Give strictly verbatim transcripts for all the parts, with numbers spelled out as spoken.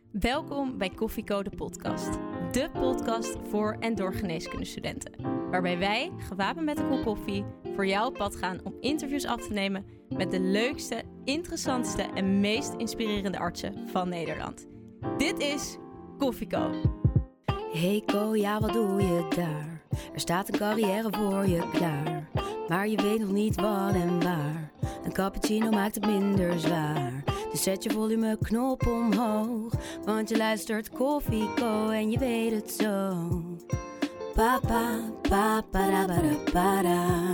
Welkom bij Koffieko de podcast. De podcast voor en door geneeskundestudenten. Waarbij wij, gewapend met een kop koffie, voor jou op pad gaan om interviews af te nemen met de leukste, interessantste en meest inspirerende artsen van Nederland. Dit is Koffieko. Hey Ko, ja wat doe je daar? Er staat een carrière voor je klaar. Maar je weet nog niet wat en waar. Een cappuccino maakt het minder zwaar. Dus zet je volumeknop omhoog. Want je luistert Koffieko en je weet het zo. Papa, papa, para, para.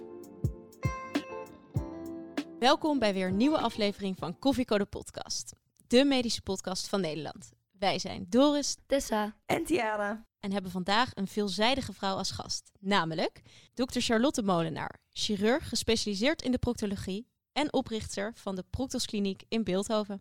Welkom bij weer een nieuwe aflevering van Koffieko de podcast. De medische podcast van Nederland. Wij zijn Doris, Tessa en Tiara. En hebben vandaag een veelzijdige vrouw als gast. Namelijk dokter Charlotte Molenaar, chirurg gespecialiseerd in de proctologie en oprichter van de Proctos Kliniek in Bilthoven.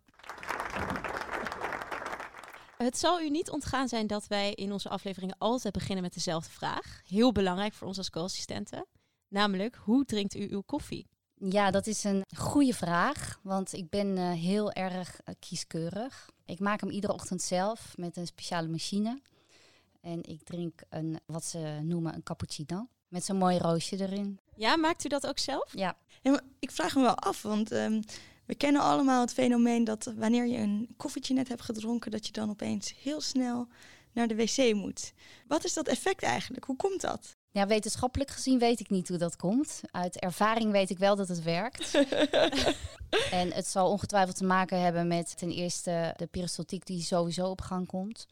Het zal u niet ontgaan zijn dat wij in onze afleveringen altijd beginnen met dezelfde vraag. Heel belangrijk voor ons als co-assistenten. Namelijk, hoe drinkt u uw koffie? Ja, dat is een goede vraag, want ik ben uh, heel erg uh, kieskeurig. Ik maak hem iedere ochtend zelf met een speciale machine. En ik drink een, wat ze noemen een cappuccino, met zo'n mooi roosje erin. Ja, maakt u dat ook zelf? Ja. Ja, maar ik vraag me wel af, want um, we kennen allemaal het fenomeen dat wanneer je een koffietje net hebt gedronken, dat je dan opeens heel snel naar de wc moet. Wat is dat effect eigenlijk? Hoe komt dat? Ja, wetenschappelijk gezien weet ik niet hoe dat komt. Uit ervaring weet ik wel dat het werkt. En het zal ongetwijfeld te maken hebben met ten eerste de peristaltiek die sowieso op gang komt.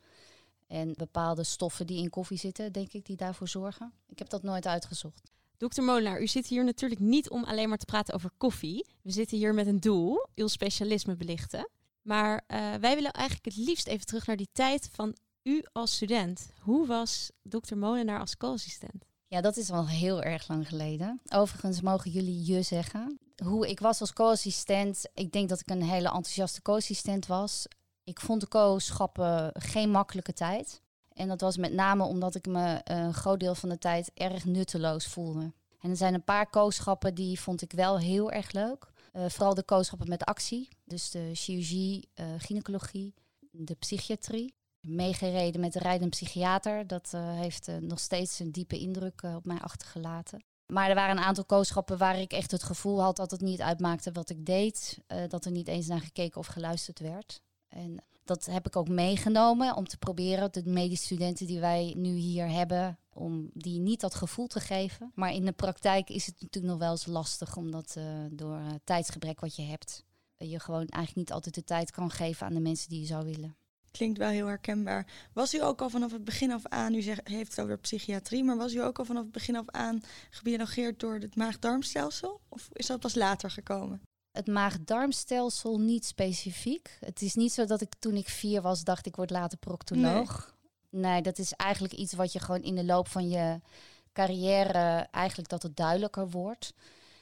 En bepaalde stoffen die in koffie zitten, denk ik, die daarvoor zorgen. Ik heb dat nooit uitgezocht. Dokter Molenaar, u zit hier natuurlijk niet om alleen maar te praten over koffie. We zitten hier met een doel, uw specialisme belichten. Maar uh, wij willen eigenlijk het liefst even terug naar die tijd van u als student. Hoe was dokter Molenaar als co-assistent? Ja, dat is al heel erg lang geleden. Overigens mogen jullie je zeggen. Hoe ik was als co-assistent, ik denk dat ik een hele enthousiaste co-assistent was. Ik vond de co-schappen geen makkelijke tijd. En dat was met name omdat ik me een groot deel van de tijd erg nutteloos voelde. En er zijn een paar co-schappen die vond ik wel heel erg leuk. Uh, vooral de co-schappen met actie. Dus de chirurgie, uh, gynaecologie, de psychiatrie. Meegereden met de rijdende psychiater. Dat uh, heeft uh, nog steeds een diepe indruk uh, op mij achtergelaten. Maar er waren een aantal co-schappen waar ik echt het gevoel had dat het niet uitmaakte wat ik deed. Uh, dat er niet eens naar gekeken of geluisterd werd. En dat heb ik ook meegenomen om te proberen de medische studenten die wij nu hier hebben, om die niet dat gevoel te geven. Maar in de praktijk is het natuurlijk nog wel eens lastig, omdat uh, door uh, tijdsgebrek wat je hebt, uh, je gewoon eigenlijk niet altijd de tijd kan geven aan de mensen die je zou willen. Klinkt wel heel herkenbaar. Was u ook al vanaf het begin af aan, u zegt, heeft het over psychiatrie, maar was u ook al vanaf het begin af aan gebiologeerd door het maag-darmstelsel? Of is dat pas later gekomen? Het maag-darmstelsel niet specifiek. Het is niet zo dat ik toen ik vier was dacht ik word later proctoloog. Nee. nee, dat is eigenlijk iets wat je gewoon in de loop van je carrière eigenlijk dat het duidelijker wordt.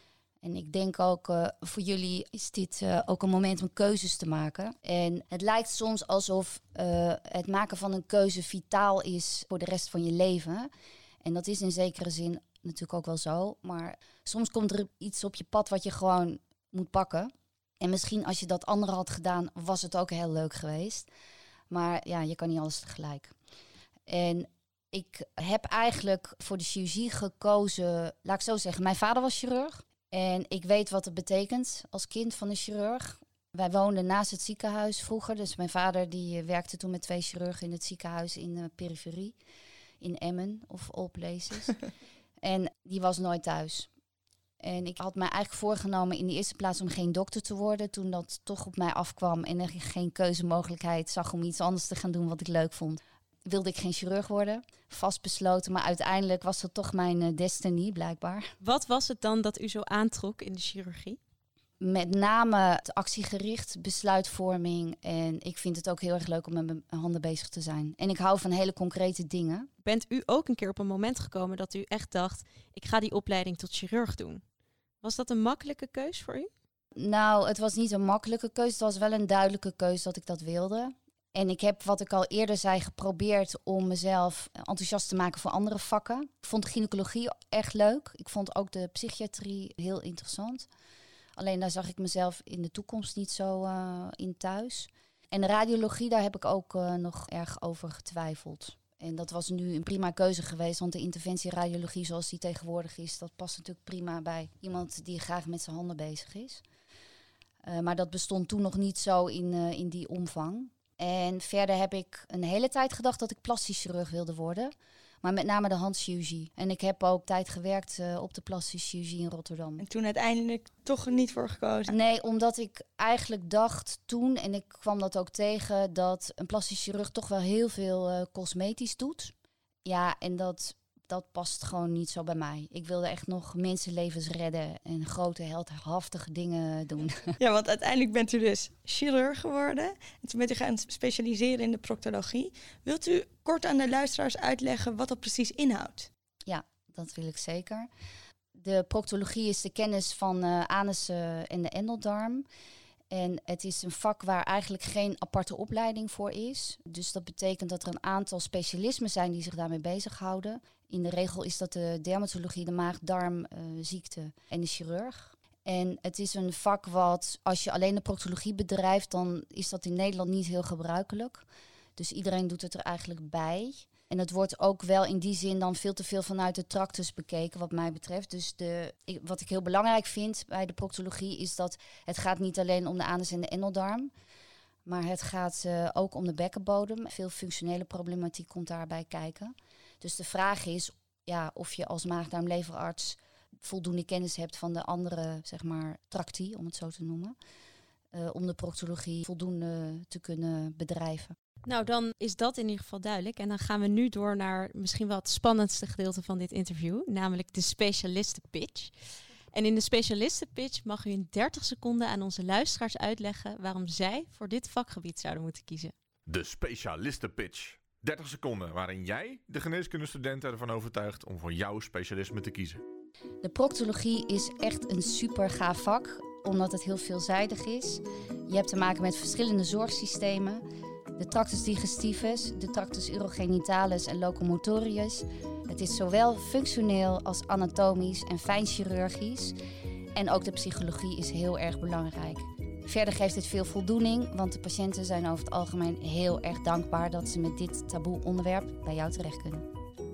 En ik denk ook uh, voor jullie is dit uh, ook een moment om keuzes te maken. En het lijkt soms alsof uh, het maken van een keuze vitaal is voor de rest van je leven. En dat is in zekere zin natuurlijk ook wel zo. Maar soms komt er iets op je pad wat je gewoon moet pakken. En misschien als je dat andere had gedaan, was het ook heel leuk geweest. Maar ja, je kan niet alles tegelijk. En ik heb eigenlijk voor de chirurgie gekozen, laat ik zo zeggen. Mijn vader was chirurg. En ik weet wat het betekent als kind van een chirurg. Wij woonden naast het ziekenhuis vroeger. Dus mijn vader die werkte toen met twee chirurgen in het ziekenhuis in de periferie. In Emmen of all places. En die was nooit thuis. En ik had mij eigenlijk voorgenomen in de eerste plaats om geen dokter te worden. Toen dat toch op mij afkwam en er geen keuzemogelijkheid zag om iets anders te gaan doen wat ik leuk vond, wilde ik geen chirurg worden. Vastbesloten, maar uiteindelijk was dat toch mijn uh, destiny blijkbaar. Wat was het dan dat u zo aantrok in de chirurgie? Met name het actiegericht, besluitvorming. En ik vind het ook heel erg leuk om met mijn handen bezig te zijn. En ik hou van hele concrete dingen. Bent u ook een keer op een moment gekomen dat u echt dacht, ik ga die opleiding tot chirurg doen? Was dat een makkelijke keus voor u? Nou, het was niet een makkelijke keus. Het was wel een duidelijke keus dat ik dat wilde. En ik heb, wat ik al eerder zei, geprobeerd om mezelf enthousiast te maken voor andere vakken. Ik vond de gynaecologie echt leuk. Ik vond ook de psychiatrie heel interessant. Alleen daar zag ik mezelf in de toekomst niet zo uh, in thuis. En de radiologie, daar heb ik ook uh, nog erg over getwijfeld. En dat was nu een prima keuze geweest, want de interventieradiologie zoals die tegenwoordig is, dat past natuurlijk prima bij iemand die graag met zijn handen bezig is. Uh, maar dat bestond toen nog niet zo in, uh, in die omvang. En verder heb ik een hele tijd gedacht dat ik plastisch chirurg wilde worden. Maar met name de handchirurgie. En ik heb ook tijd gewerkt uh, op de plastische chirurgie in Rotterdam. En toen uiteindelijk toch er niet voor gekozen? Nee, omdat ik eigenlijk dacht toen, en ik kwam dat ook tegen, dat een plastisch chirurg toch wel heel veel uh, cosmetisch doet. Ja, en dat, dat past gewoon niet zo bij mij. Ik wilde echt nog mensenlevens redden en grote heldhaftige dingen doen. Ja, want uiteindelijk bent u dus chirurg geworden. En toen bent u gaan specialiseren in de proctologie. Wilt u kort aan de luisteraars uitleggen wat dat precies inhoudt? Ja, dat wil ik zeker. De proctologie is de kennis van uh, anus uh, en de endeldarm. En het is een vak waar eigenlijk geen aparte opleiding voor is. Dus dat betekent dat er een aantal specialismen zijn die zich daarmee bezighouden. In de regel is dat de dermatologie, de maag-darmziekte uh, en de chirurg. En het is een vak wat, als je alleen de proctologie bedrijft, dan is dat in Nederland niet heel gebruikelijk. Dus iedereen doet het er eigenlijk bij. En het wordt ook wel in die zin dan veel te veel vanuit de tractus bekeken, wat mij betreft. Dus de, ik, wat ik heel belangrijk vind bij de proctologie is dat het gaat niet alleen om de anus en de endeldarm. Maar het gaat uh, ook om de bekkenbodem. Veel functionele problematiek komt daarbij kijken. Dus de vraag is ja, of je als maag-darm-leverarts voldoende kennis hebt van de andere, zeg maar, tractie, om het zo te noemen. Uh, om de proctologie voldoende te kunnen bedrijven. Nou, dan is dat in ieder geval duidelijk. En dan gaan we nu door naar misschien wel het spannendste gedeelte van dit interview. Namelijk de specialistenpitch. En in de specialistenpitch mag u in dertig seconden aan onze luisteraars uitleggen waarom zij voor dit vakgebied zouden moeten kiezen. De specialistenpitch. dertig seconden waarin jij de geneeskundestudenten ervan overtuigt om voor jouw specialisme te kiezen. De proctologie is echt een super gaaf vak, omdat het heel veelzijdig is. Je hebt te maken met verschillende zorgsystemen. De tractus digestivus, de tractus urogenitalis en locomotorius. Het is zowel functioneel als anatomisch en fijnchirurgisch. En ook de psychologie is heel erg belangrijk. Verder geeft het veel voldoening, want de patiënten zijn over het algemeen heel erg dankbaar dat ze met dit taboe onderwerp bij jou terecht kunnen.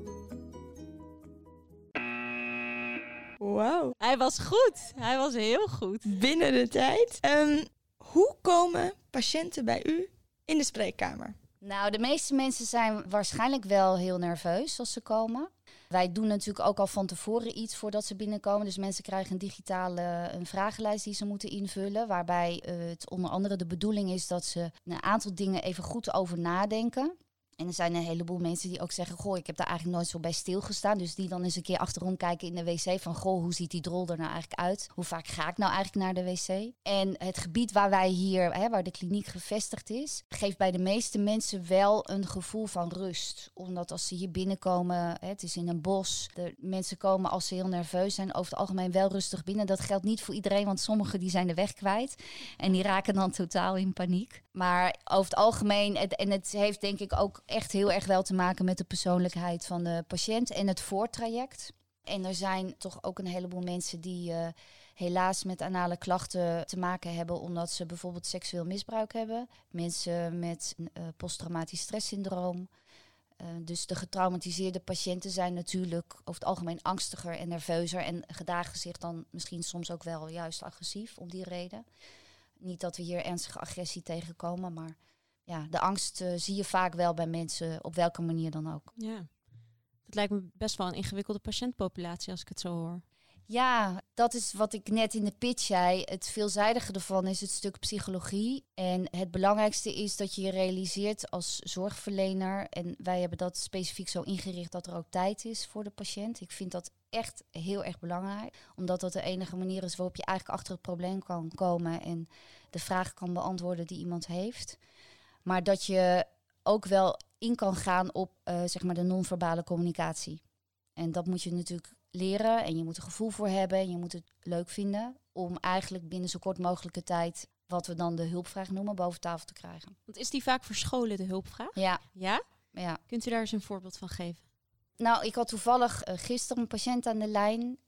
Wauw. Hij was goed. Hij was heel goed. Binnen de tijd. Um, hoe komen patiënten bij u in de spreekkamer? Nou, de meeste mensen zijn waarschijnlijk wel heel nerveus als ze komen. Wij doen natuurlijk ook al van tevoren iets voordat ze binnenkomen. Dus mensen krijgen een digitale een vragenlijst die ze moeten invullen. Waarbij uh, het onder andere de bedoeling is dat ze een aantal dingen even goed over nadenken. En er zijn een heleboel mensen die ook zeggen, goh, ik heb daar eigenlijk nooit zo bij stilgestaan. Dus die dan eens een keer achterom kijken in de wc van, goh, hoe ziet die drol er nou eigenlijk uit? Hoe vaak ga ik nou eigenlijk naar de wc? En het gebied waar wij hier, hè, waar de kliniek gevestigd is, geeft bij de meeste mensen wel een gevoel van rust. Omdat als ze hier binnenkomen, hè, het is in een bos, de mensen komen als ze heel nerveus zijn, over het algemeen wel rustig binnen. Dat geldt niet voor iedereen, want sommigen die zijn de weg kwijt. En die raken dan totaal in paniek. Maar over het algemeen, het, en het heeft denk ik ook echt heel erg wel te maken met de persoonlijkheid van de patiënt en het voortraject. En er zijn toch ook een heleboel mensen die uh, helaas met anale klachten te maken hebben omdat ze bijvoorbeeld seksueel misbruik hebben. Mensen met uh, posttraumatisch stresssyndroom. Uh, dus de getraumatiseerde patiënten zijn natuurlijk over het algemeen angstiger en nerveuzer en gedragen zich dan misschien soms ook wel juist agressief om die reden. Niet dat we hier ernstige agressie tegenkomen, maar ja, de angst uh, zie je vaak wel bij mensen, op welke manier dan ook. Ja, dat lijkt me best wel een ingewikkelde patiëntpopulatie als ik het zo hoor. Ja, dat is wat ik net in de pitch zei. Het veelzijdige ervan is het stuk psychologie. En het belangrijkste is dat je je realiseert als zorgverlener. En wij hebben dat specifiek zo ingericht dat er ook tijd is voor de patiënt. Ik vind dat echt heel erg belangrijk. Omdat dat de enige manier is waarop je eigenlijk achter het probleem kan komen. En de vraag kan beantwoorden die iemand heeft. Maar dat je ook wel in kan gaan op uh, zeg maar de non-verbale communicatie. En dat moet je natuurlijk leren en je moet er gevoel voor hebben en je moet het leuk vinden om eigenlijk binnen zo kort mogelijke tijd wat we dan de hulpvraag noemen boven tafel te krijgen. Want is die vaak verscholen, de hulpvraag? Ja. Ja? Ja. Kunt u daar eens een voorbeeld van geven? Nou, ik had toevallig uh, gisteren een patiënt aan de lijn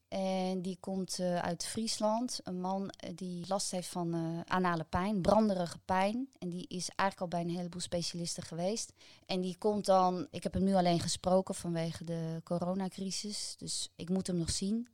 En die komt uh, uit Friesland. Een man uh, die last heeft van uh, anale pijn, branderige pijn. En die is eigenlijk al bij een heleboel specialisten geweest. En die komt dan, ik heb hem nu alleen gesproken vanwege de coronacrisis. Dus ik moet hem nog zien.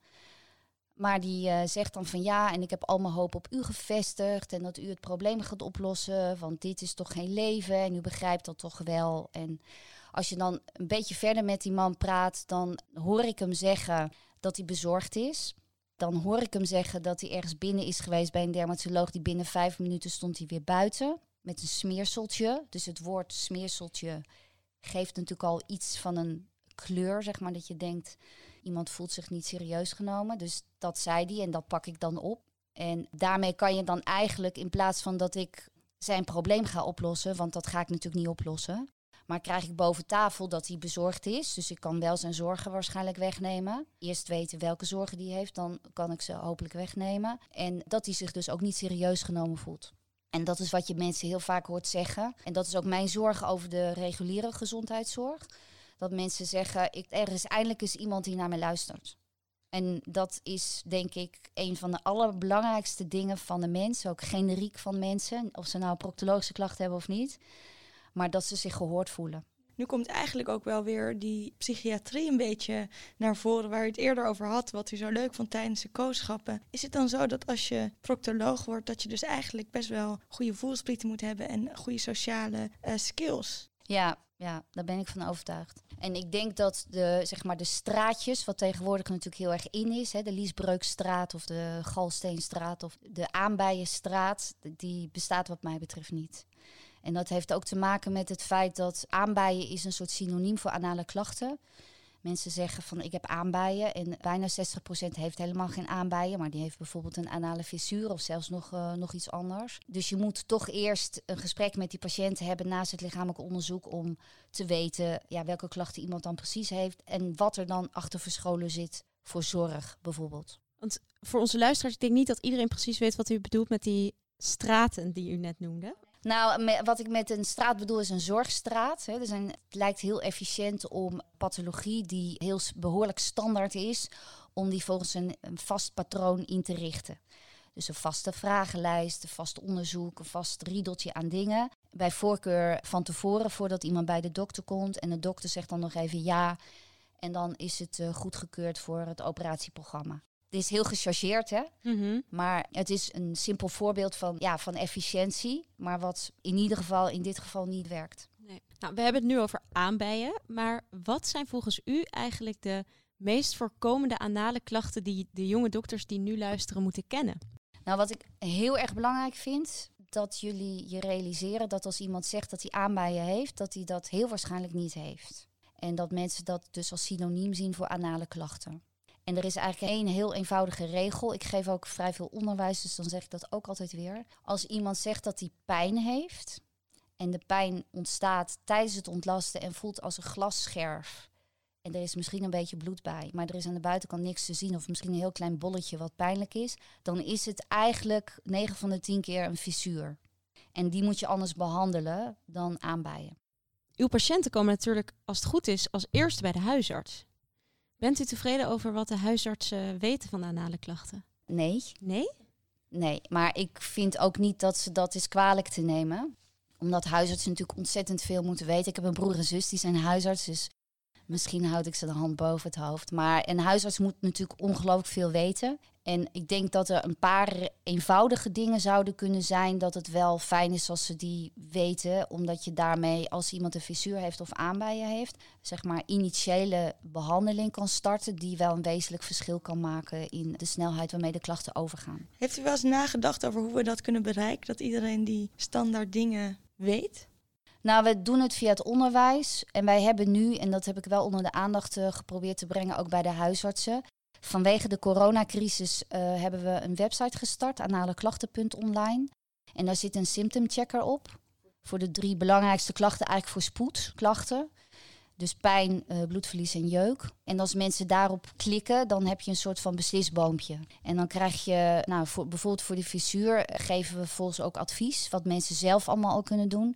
Maar die uh, zegt dan van ja, en ik heb al mijn hoop op u gevestigd. En dat u het probleem gaat oplossen. Want dit is toch geen leven en u begrijpt dat toch wel. En als je dan een beetje verder met die man praat, dan hoor ik hem zeggen dat hij bezorgd is. Dan hoor ik hem zeggen dat hij ergens binnen is geweest bij een dermatoloog die binnen vijf minuten stond hij weer buiten met een smeerseltje. Dus het woord smeerseltje geeft natuurlijk al iets van een kleur, zeg maar, dat je denkt iemand voelt zich niet serieus genomen. Dus dat zei hij en dat pak ik dan op. En daarmee kan je dan eigenlijk, in plaats van dat ik zijn probleem ga oplossen, want dat ga ik natuurlijk niet oplossen, maar krijg ik boven tafel dat hij bezorgd is. Dus ik kan wel zijn zorgen waarschijnlijk wegnemen. Eerst weten welke zorgen hij heeft, dan kan ik ze hopelijk wegnemen. En dat hij zich dus ook niet serieus genomen voelt. En dat is wat je mensen heel vaak hoort zeggen. En dat is ook mijn zorg over de reguliere gezondheidszorg. Dat mensen zeggen, ik, er is eindelijk eens iemand die naar me luistert. En dat is denk ik een van de allerbelangrijkste dingen van de mens. Ook generiek van mensen, of ze nou proctologische klachten hebben of niet. Maar dat ze zich gehoord voelen. Nu komt eigenlijk ook wel weer die psychiatrie een beetje naar voren, waar u het eerder over had, wat u zo leuk vond tijdens de kooschappen. Is het dan zo dat als je proctoloog wordt, dat je dus eigenlijk best wel goede voelsprieten moet hebben en goede sociale uh, skills? Ja, ja, daar ben ik van overtuigd. En ik denk dat de, zeg maar de straatjes, wat tegenwoordig natuurlijk heel erg in is, hè, de Liesbreukstraat of de Galsteenstraat of de Aanbijenstraat, die bestaat wat mij betreft niet. En dat heeft ook te maken met het feit dat aanbijen is een soort synoniem voor anale klachten. Mensen zeggen van ik heb aanbijen en bijna zestig procent heeft helemaal geen aanbijen, maar die heeft bijvoorbeeld een anale fissuur of zelfs nog, uh, nog iets anders. Dus je moet toch eerst een gesprek met die patiënt hebben naast het lichamelijk onderzoek om te weten ja, welke klachten iemand dan precies heeft en wat er dan achter verscholen zit voor zorg bijvoorbeeld. Want voor onze luisteraars, ik denk niet dat iedereen precies weet wat u bedoelt met die straten die u net noemde. Nou, me, wat ik met een straat bedoel is een zorgstraat. Hè. Dus een, het lijkt heel efficiënt om pathologie die heel behoorlijk standaard is, om die volgens een, een vast patroon in te richten. Dus een vaste vragenlijst, een vast onderzoek, een vast riedeltje aan dingen. Bij voorkeur van tevoren, voordat iemand bij de dokter komt. En de dokter zegt dan nog even ja. En dan is het uh, goedgekeurd voor het operatieprogramma. Het is heel gechargeerd, hè? Mm-hmm. Maar het is een simpel voorbeeld van, ja, van efficiëntie. Maar wat in ieder geval in dit geval niet werkt. Nee. Nou, we hebben het nu over aanbijen. Maar wat zijn volgens u eigenlijk de meest voorkomende anale klachten die de jonge dokters die nu luisteren moeten kennen? Nou, wat ik heel erg belangrijk vind, dat jullie je realiseren dat als iemand zegt dat hij aanbijen heeft, dat hij dat heel waarschijnlijk niet heeft. En dat mensen dat dus als synoniem zien voor anale klachten. En er is eigenlijk één heel eenvoudige regel. Ik geef ook vrij veel onderwijs, dus dan zeg ik dat ook altijd weer. Als iemand zegt dat hij pijn heeft en de pijn ontstaat tijdens het ontlasten en voelt als een glasscherf en er is misschien een beetje bloed bij, maar er is aan de buitenkant niks te zien of misschien een heel klein bolletje wat pijnlijk is, dan is het eigenlijk negen van de tien keer een fissuur. En die moet je anders behandelen dan aanbijen. Uw patiënten komen natuurlijk, als het goed is, als eerste bij de huisarts. Bent u tevreden over wat de huisartsen weten van de anale klachten? Nee. Nee? Nee, maar ik vind ook niet dat ze dat is kwalijk te nemen. Omdat huisartsen natuurlijk ontzettend veel moeten weten. Ik heb een broer en zus, die zijn huisarts, dus misschien houd ik ze de hand boven het hoofd. Maar een huisarts moet natuurlijk ongelooflijk veel weten. En ik denk dat er een paar eenvoudige dingen zouden kunnen zijn dat het wel fijn is als ze die weten. Omdat je daarmee, als iemand een fissuur heeft of aanbijen heeft, zeg maar initiële behandeling kan starten die wel een wezenlijk verschil kan maken in de snelheid waarmee de klachten overgaan. Heeft u wel eens nagedacht over hoe we dat kunnen bereiken? Dat iedereen die standaard dingen weet? Nou, we doen het via het onderwijs. En wij hebben nu, en dat heb ik wel onder de aandacht uh, geprobeerd te brengen, ook bij de huisartsen. Vanwege de coronacrisis uh, hebben we een website gestart, analeklachten punt online. En daar zit een symptomchecker op. Voor de drie belangrijkste klachten, eigenlijk voor spoedklachten. Dus pijn, uh, bloedverlies en jeuk. En als mensen daarop klikken, dan heb je een soort van beslisboompje. En dan krijg je, nou, voor, bijvoorbeeld voor de fissuur, geven we volgens ook advies, wat mensen zelf allemaal ook kunnen doen.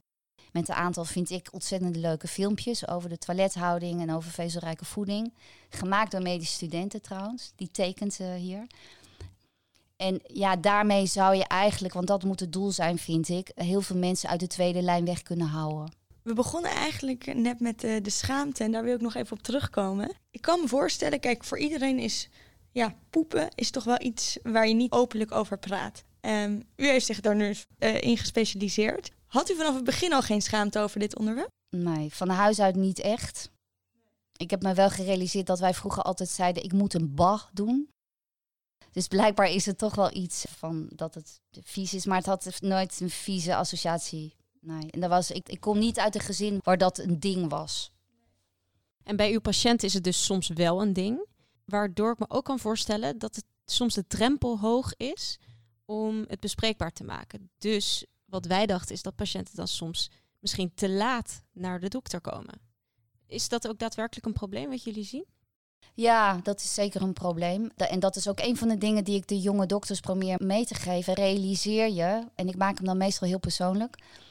Met een aantal, vind ik, ontzettend leuke filmpjes over de toilethouding en over vezelrijke voeding. Gemaakt door medische studenten trouwens, die tekent uh, hier. En ja, daarmee zou je eigenlijk, want dat moet het doel zijn, vind ik, heel veel mensen uit de tweede lijn weg kunnen houden. We begonnen eigenlijk net met de, de schaamte en daar wil ik nog even op terugkomen. Ik kan me voorstellen, kijk, voor iedereen is ja, poepen is toch wel iets waar je niet openlijk over praat. Um, u heeft zich daar nu uh, in gespecialiseerd. Had u vanaf het begin al geen schaamte over dit onderwerp? Nee, van huis uit niet echt. Ik heb me wel gerealiseerd dat wij vroeger altijd zeiden, ik moet een ba doen. Dus blijkbaar is het toch wel iets van dat het vies is, maar het had nooit een vieze associatie. Nee, en dat was, ik, ik kom niet uit een gezin waar dat een ding was. En bij uw patiënt is het dus soms wel een ding, waardoor ik me ook kan voorstellen dat het soms de drempel hoog is om het bespreekbaar te maken. Dus wat wij dachten is dat patiënten dan soms misschien te laat naar de dokter komen. Is dat ook daadwerkelijk een probleem wat jullie zien? Ja, dat is zeker een probleem. En dat is ook een van de dingen die ik de jonge dokters probeer mee te geven. Realiseer je, en ik maak hem dan meestal heel persoonlijk,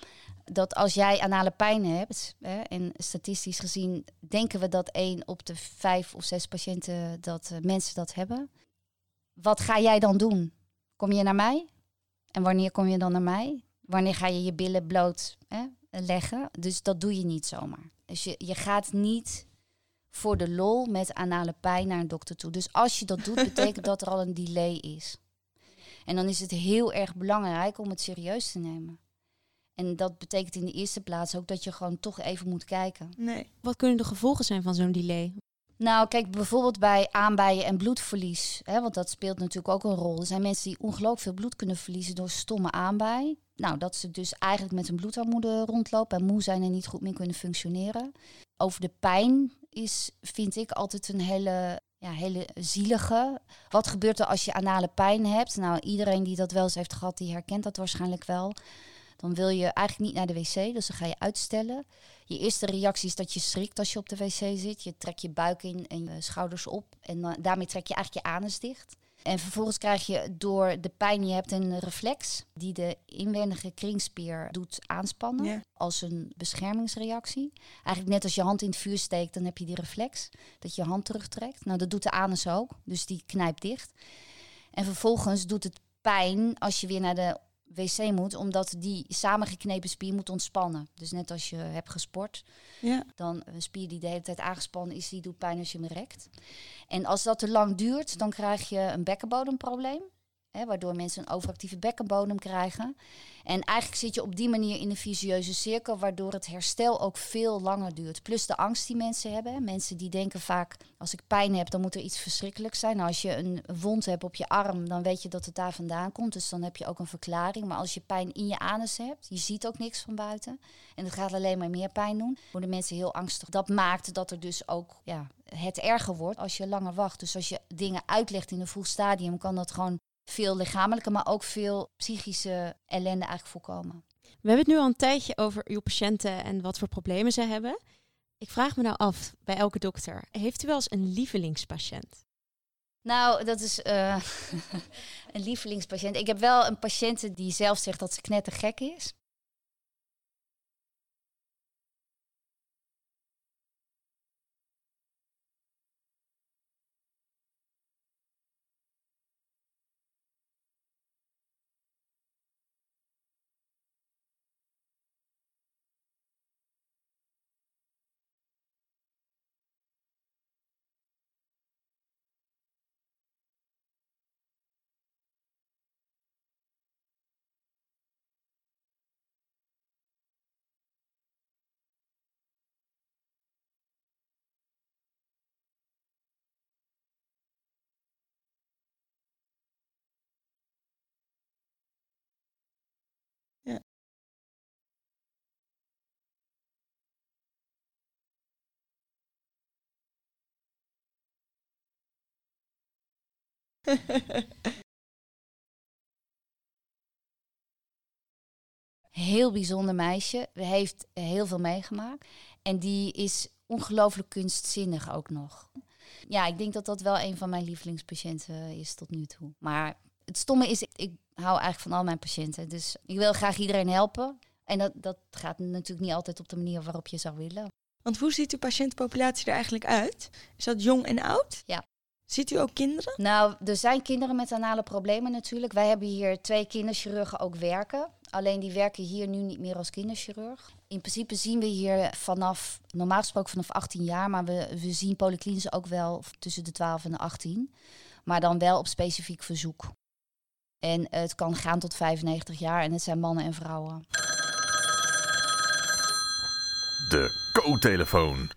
dat als jij anale pijn hebt, hè, en statistisch gezien denken we dat één op de vijf of zes patiënten dat uh, mensen dat hebben. Wat ga jij dan doen? Kom je naar mij? En wanneer kom je dan naar mij? Wanneer ga je je billen bloot hè, leggen? Dus dat doe je niet zomaar. Dus je, je gaat niet voor de lol met anale pijn naar een dokter toe. Dus als je dat doet, betekent dat er al een delay is. En dan is het heel erg belangrijk om het serieus te nemen. En dat betekent in de eerste plaats ook dat je gewoon toch even moet kijken. Nee. Wat kunnen de gevolgen zijn van zo'n delay? Nou, kijk, bijvoorbeeld bij aanbijen en bloedverlies. Hè, want dat speelt natuurlijk ook een rol. Er zijn mensen die ongelooflijk veel bloed kunnen verliezen door stomme aanbij. Nou, dat ze dus eigenlijk met een bloedarmoede rondlopen en moe zijn en niet goed meer kunnen functioneren. Over de pijn is, vind ik, altijd een hele, ja, hele zielige. Wat gebeurt er als je anale pijn hebt? Nou, iedereen die dat wel eens heeft gehad, die herkent dat waarschijnlijk wel. Dan wil je eigenlijk niet naar de wc, dus dan ga je uitstellen. Je eerste reactie is dat je schrikt als je op de wc zit. Je trekt je buik in en je schouders op. En uh, daarmee trek je eigenlijk je anus dicht. En vervolgens krijg je door de pijn, je hebt een reflex die de inwendige kringspier doet aanspannen. Ja. Als een beschermingsreactie. Eigenlijk net als je hand in het vuur steekt, dan heb je die reflex. Dat je je hand terugtrekt. Nou, dat doet de anus ook. Dus die knijpt dicht. En vervolgens doet het pijn als je weer naar de wc moet, omdat die samengeknepen spier moet ontspannen. Dus net als je hebt gesport, ja. Dan een spier die de hele tijd aangespannen is, die doet pijn als je hem rekt. En als dat te lang duurt, dan krijg je een bekkenbodemprobleem. Hè, waardoor mensen een overactieve bekkenbodem krijgen. En eigenlijk zit je op die manier in een vicieuze cirkel, waardoor het herstel ook veel langer duurt. Plus de angst die mensen hebben. Mensen die denken vaak, als ik pijn heb, dan moet er iets verschrikkelijks zijn. Nou, als je een wond hebt op je arm, dan weet je dat het daar vandaan komt. Dus dan heb je ook een verklaring. Maar als je pijn in je anus hebt, je ziet ook niks van buiten. En het gaat alleen maar meer pijn doen. Worden mensen heel angstig. Dat maakt dat er dus ook ja, het erger wordt als je langer wacht. Dus als je dingen uitlegt in een vroeg stadium, kan dat gewoon veel lichamelijke, maar ook veel psychische ellende eigenlijk voorkomen. We hebben het nu al een tijdje over uw patiënten en wat voor problemen ze hebben. Ik vraag me nou af, bij elke dokter, heeft u wel eens een lievelingspatiënt? Nou, dat is uh, een lievelingspatiënt. Ik heb wel een patiënt die zelf zegt dat ze knettergek is. Ja. Heel bijzonder meisje. Heeft heel veel meegemaakt. En die is ongelooflijk kunstzinnig ook nog. Ja, ik denk dat dat wel een van mijn lievelingspatiënten is tot nu toe. Maar het stomme is, ik hou eigenlijk van al mijn patiënten. Dus ik wil graag iedereen helpen. En dat, dat gaat natuurlijk niet altijd op de manier waarop je zou willen. Want hoe ziet uw patiëntenpopulatie er eigenlijk uit? Is dat jong en oud? Ja. Ziet u ook kinderen? Nou, er zijn kinderen met anale problemen natuurlijk. Wij hebben hier twee kinderchirurgen ook werken. Alleen die werken hier nu niet meer als kinderchirurg. In principe zien we hier vanaf, normaal gesproken vanaf achttien jaar... maar we, we zien polyklinisch ook wel tussen de twaalf en de achttien. Maar dan wel op specifiek verzoek. En het kan gaan tot vijfennegentig jaar en het zijn mannen en vrouwen. De co-telefoon.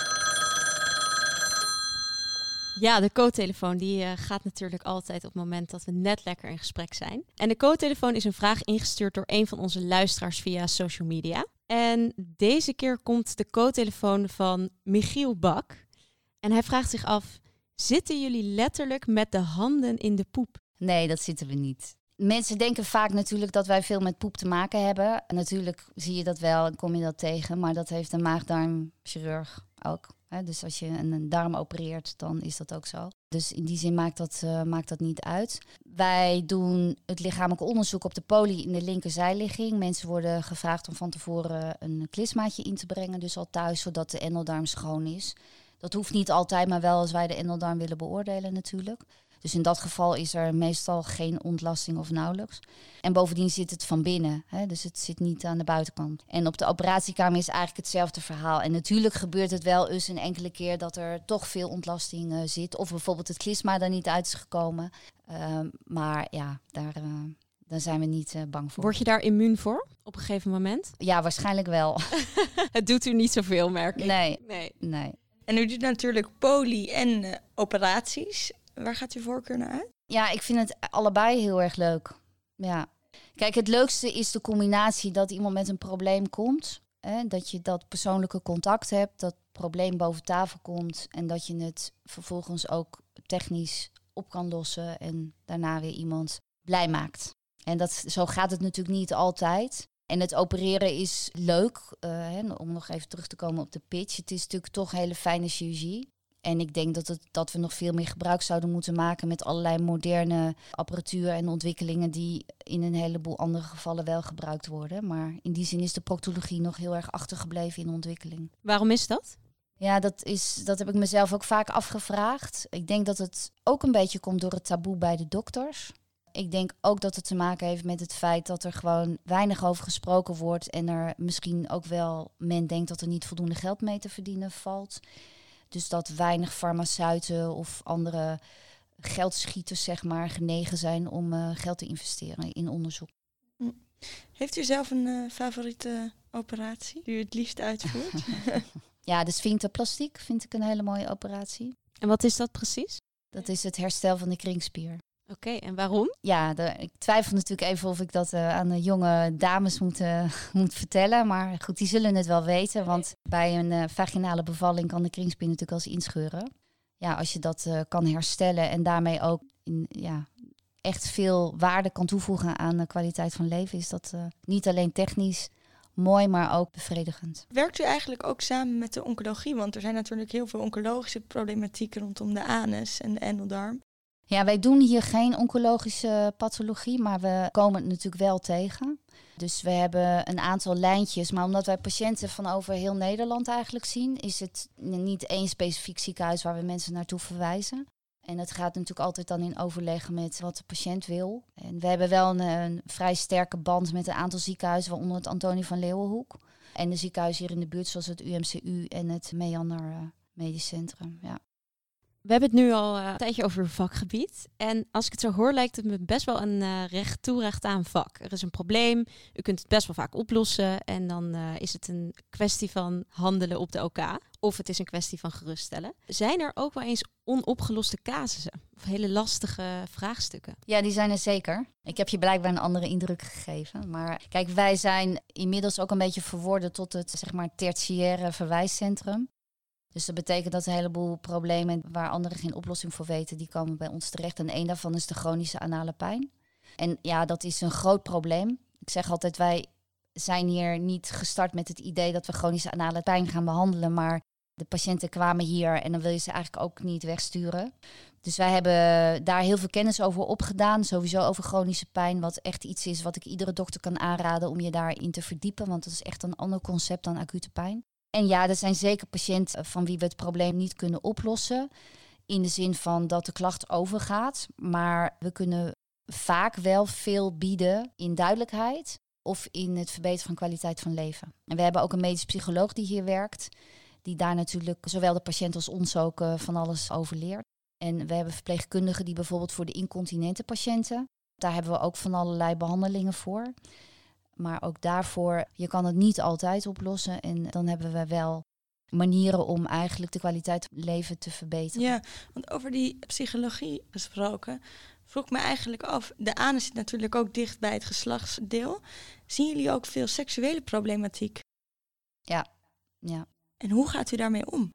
Ja, de co-telefoon die uh, gaat natuurlijk altijd op het moment dat we net lekker in gesprek zijn. En de co-telefoon is een vraag ingestuurd door een van onze luisteraars via social media. En deze keer komt de co-telefoon van Michiel Bak. En hij vraagt zich af, zitten jullie letterlijk met de handen in de poep? Nee, dat zitten we niet. Mensen denken vaak natuurlijk dat wij veel met poep te maken hebben. Natuurlijk zie je dat wel en kom je dat tegen. Maar dat heeft een maag-darmchirurg ook. Hè? Dus als je een, een darm opereert, dan is dat ook zo. Dus in die zin maakt dat, uh, maakt dat niet uit. Wij doen het lichamelijk onderzoek op de poli in de linkerzijligging. Mensen worden gevraagd om van tevoren een klismaatje in te brengen. Dus al thuis, zodat de endeldarm schoon is. Dat hoeft niet altijd, maar wel als wij de endeldarm willen beoordelen natuurlijk. Dus in dat geval is er meestal geen ontlasting of nauwelijks. En bovendien zit het van binnen, hè? Dus het zit niet aan de buitenkant. En op de operatiekamer is eigenlijk hetzelfde verhaal. En natuurlijk gebeurt het wel eens een enkele keer dat er toch veel ontlasting uh, zit. Of bijvoorbeeld het klisma er niet uit is gekomen. Uh, maar ja, daar, uh, daar zijn we niet uh, bang voor. Word je daar immuun voor op een gegeven moment? Ja, waarschijnlijk wel. Het doet u niet zoveel, merk ik. Nee, nee. nee. En u doet natuurlijk poli en uh, operaties. Waar gaat uw voorkeur naar uit? Ja, ik vind het allebei heel erg leuk. Ja. Kijk, het leukste is de combinatie dat iemand met een probleem komt. Hè, dat je dat persoonlijke contact hebt, dat het probleem boven tafel komt. En dat je het vervolgens ook technisch op kan lossen en daarna weer iemand blij maakt. En dat, zo gaat het natuurlijk niet altijd. En het opereren is leuk, uh, hè, om nog even terug te komen op de pitch. Het is natuurlijk toch hele fijne chirurgie. En ik denk dat, het, dat we nog veel meer gebruik zouden moeten maken met allerlei moderne apparatuur en ontwikkelingen die in een heleboel andere gevallen wel gebruikt worden. Maar in die zin is de proctologie nog heel erg achtergebleven in de ontwikkeling. Waarom is dat? Ja, dat, is, dat heb ik mezelf ook vaak afgevraagd. Ik denk dat het ook een beetje komt door het taboe bij de dokters. Ik denk ook dat het te maken heeft met het feit dat er gewoon weinig over gesproken wordt. En er misschien ook wel men denkt dat er niet voldoende geld mee te verdienen valt. Dus dat weinig farmaceuten of andere geldschieters zeg maar genegen zijn om uh, geld te investeren in onderzoek. Heeft u zelf een uh, favoriete operatie die u het liefst uitvoert? Ja, de sphincterplastiek vind ik een hele mooie operatie. En wat is dat precies? Dat is het herstel van de kringspier. Oké, okay, en waarom? Ja, de, ik twijfel natuurlijk even of ik dat uh, aan de jonge dames moet, uh, moet vertellen. Maar goed, die zullen het wel weten. Want bij een uh, vaginale bevalling kan de kringspier natuurlijk wel eens inscheuren. Ja, als je dat uh, kan herstellen en daarmee ook in, ja, echt veel waarde kan toevoegen aan de kwaliteit van leven, is dat uh, niet alleen technisch mooi, maar ook bevredigend. Werkt u eigenlijk ook samen met de oncologie? Want er zijn natuurlijk heel veel oncologische problematieken rondom de anus en de endeldarm. Ja, wij doen hier geen oncologische pathologie, maar we komen het natuurlijk wel tegen. Dus we hebben een aantal lijntjes, maar omdat wij patiënten van over heel Nederland eigenlijk zien, is het niet één specifiek ziekenhuis waar we mensen naartoe verwijzen. En het gaat natuurlijk altijd dan in overleg met wat de patiënt wil. En we hebben wel een, een vrij sterke band met een aantal ziekenhuizen, waaronder het Antonie van Leeuwenhoek. En de ziekenhuizen hier in de buurt, zoals het U M C U en het Meander uh, Medisch Centrum, ja. We hebben het nu al uh, een tijdje over uw vakgebied. En als ik het zo hoor, lijkt het me best wel een uh, recht toe recht aan vak. Er is een probleem, u kunt het best wel vaak oplossen. En dan uh, is het een kwestie van handelen op de O K. Of het is een kwestie van geruststellen. Zijn er ook wel eens onopgeloste casussen? Of hele lastige vraagstukken? Ja, die zijn er zeker. Ik heb je blijkbaar een andere indruk gegeven. Maar kijk, wij zijn inmiddels ook een beetje verworden tot het zeg maar tertiaire verwijscentrum. Dus dat betekent dat een heleboel problemen waar anderen geen oplossing voor weten, die komen bij ons terecht. En één daarvan is de chronische anale pijn. En ja, dat is een groot probleem. Ik zeg altijd, wij zijn hier niet gestart met het idee dat we chronische anale pijn gaan behandelen, maar De patiënten kwamen hier en dan wil je ze eigenlijk ook niet wegsturen. Dus wij hebben daar heel veel kennis over opgedaan. Sowieso over chronische pijn. Wat echt iets is wat ik iedere dokter kan aanraden om je daarin te verdiepen. Want dat is echt een ander concept dan acute pijn. En ja, er zijn zeker patiënten van wie we het probleem niet kunnen oplossen. In de zin van dat de klacht overgaat. Maar we kunnen vaak wel veel bieden in duidelijkheid. Of in het verbeteren van kwaliteit van leven. En we hebben ook een medisch psycholoog die hier werkt. Die daar natuurlijk zowel de patiënt als ons ook uh, van alles over leert. En we hebben verpleegkundigen die bijvoorbeeld voor de incontinente patiënten. Daar hebben we ook van allerlei behandelingen voor. Maar ook daarvoor, je kan het niet altijd oplossen. En dan hebben we wel manieren om eigenlijk de kwaliteit van leven te verbeteren. Ja, want over die psychologie gesproken, vroeg ik me eigenlijk af. De anus zit natuurlijk ook dicht bij het geslachtsdeel. Zien jullie ook veel seksuele problematiek? Ja, ja. En hoe gaat u daarmee om?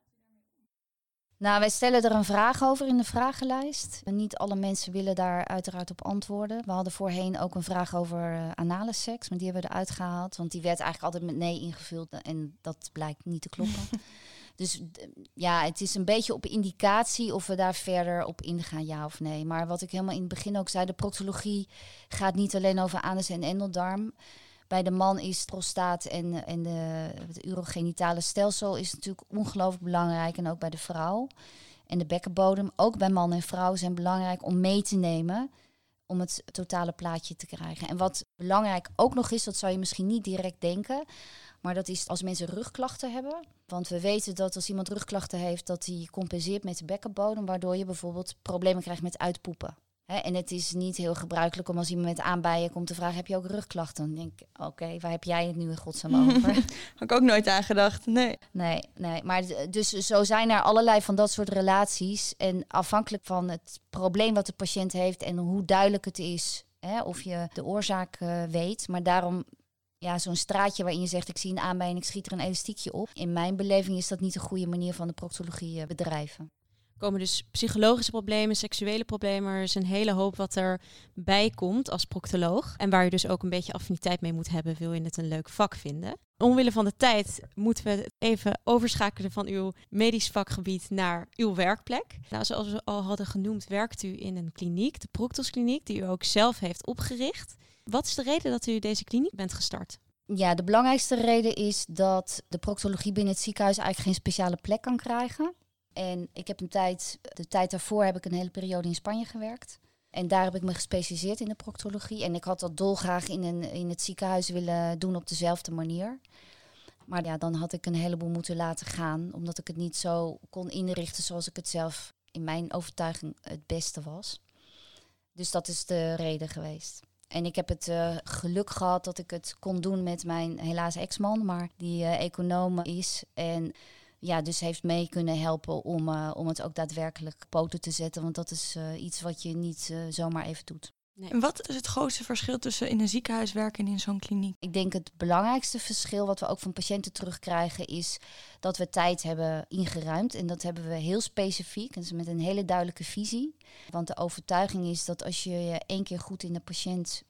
Nou, wij stellen er een vraag over in de vragenlijst. En niet alle mensen willen daar uiteraard op antwoorden. We hadden voorheen ook een vraag over uh, anale seks, maar die hebben we eruit gehaald. Want die werd eigenlijk altijd met nee ingevuld en dat blijkt niet te kloppen. Dus d- ja, het is een beetje op indicatie of we daar verder op ingaan, ja of nee. Maar wat ik helemaal in het begin ook zei, de proctologie gaat niet alleen over anus en endeldarm. Bij de man is prostaat en, en de, het urogenitale stelsel is natuurlijk ongelooflijk belangrijk. En ook bij de vrouw. En de bekkenbodem, ook bij man en vrouw, zijn belangrijk om mee te nemen. Om het totale plaatje te krijgen. En wat belangrijk ook nog is, dat zou je misschien niet direct denken. Maar dat is als mensen rugklachten hebben. Want we weten dat als iemand rugklachten heeft, dat hij compenseert met de bekkenbodem. Waardoor je bijvoorbeeld problemen krijgt met uitpoepen. He, en het is niet heel gebruikelijk om als iemand met aanbijen komt te vragen, heb je ook rugklachten? Dan denk ik, oké, okay, waar heb jij het nu in godsnaam over? Had ik ook nooit aan gedacht, nee. Nee, nee. Maar d- dus zo zijn er allerlei van dat soort relaties. En afhankelijk van het probleem wat de patiënt heeft en hoe duidelijk het is, hè, of je de oorzaak uh, weet. Maar daarom, ja, zo'n straatje waarin je zegt, ik zie een aanbij en ik schiet er een elastiekje op. In mijn beleving is dat niet een goede manier van de proctologie uh, bedrijven. Er komen dus psychologische problemen, seksuele problemen. Er is een hele hoop wat erbij komt als proctoloog. En waar je dus ook een beetje affiniteit mee moet hebben, wil je het een leuk vak vinden. Omwille van de tijd moeten we even overschakelen van uw medisch vakgebied naar uw werkplek. Nou, zoals we al hadden genoemd, werkt u in een kliniek, de Proctos Kliniek, die u ook zelf heeft opgericht. Wat is de reden dat u deze kliniek bent gestart? Ja, de belangrijkste reden is dat de proctologie binnen het ziekenhuis eigenlijk geen speciale plek kan krijgen. En ik heb een tijd, de tijd daarvoor heb ik een hele periode in Spanje gewerkt. En daar heb ik me gespecialiseerd in de proctologie. En ik had dat dolgraag in, een, in het ziekenhuis willen doen op dezelfde manier. Maar ja, dan had ik een heleboel moeten laten gaan. Omdat ik het niet zo kon inrichten zoals ik het zelf in mijn overtuiging het beste was. Dus dat is de reden geweest. En ik heb het uh, geluk gehad dat ik het kon doen met mijn helaas ex-man. Maar die uh, econoom is en... Ja, dus heeft mee kunnen helpen om, uh, om het ook daadwerkelijk poten te zetten. Want dat is uh, iets wat je niet uh, zomaar even doet. Nee. En wat is het grootste verschil tussen in een ziekenhuis werken en in zo'n kliniek? Ik denk het belangrijkste verschil wat we ook van patiënten terugkrijgen is dat we tijd hebben ingeruimd. En dat hebben we heel specifiek, dus met een hele duidelijke visie. Want de overtuiging is dat als je je één keer goed in de patiënt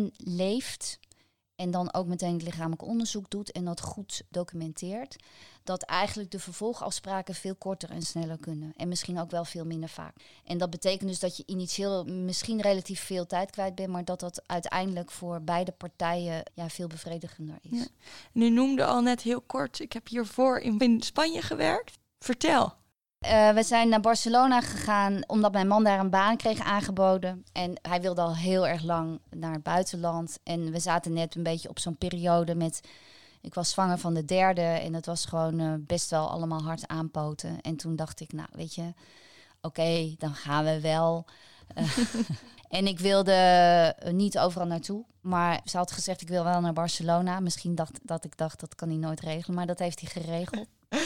inleeft en dan ook meteen het lichamelijk onderzoek doet en dat goed documenteert, dat eigenlijk de vervolgafspraken veel korter en sneller kunnen. En misschien ook wel veel minder vaak. En dat betekent dus dat je initieel misschien relatief veel tijd kwijt bent, maar dat dat uiteindelijk voor beide partijen ja, veel bevredigender is. Ja. En u noemde al net heel kort, ik heb hiervoor in, in Spanje gewerkt. Vertel. Uh, we zijn naar Barcelona gegaan omdat mijn man daar een baan kreeg aangeboden. En hij wilde al heel erg lang naar het buitenland. En we zaten net een beetje op zo'n periode met... Ik was zwanger van de derde en het was gewoon uh, best wel allemaal hard aanpoten. En toen dacht ik, nou weet je, oké, okay, dan gaan we wel. Uh, en ik wilde uh, niet overal naartoe. Maar ze had gezegd, ik wil wel naar Barcelona. Misschien dacht dat ik dacht, dat kan hij nooit regelen. Maar dat heeft hij geregeld.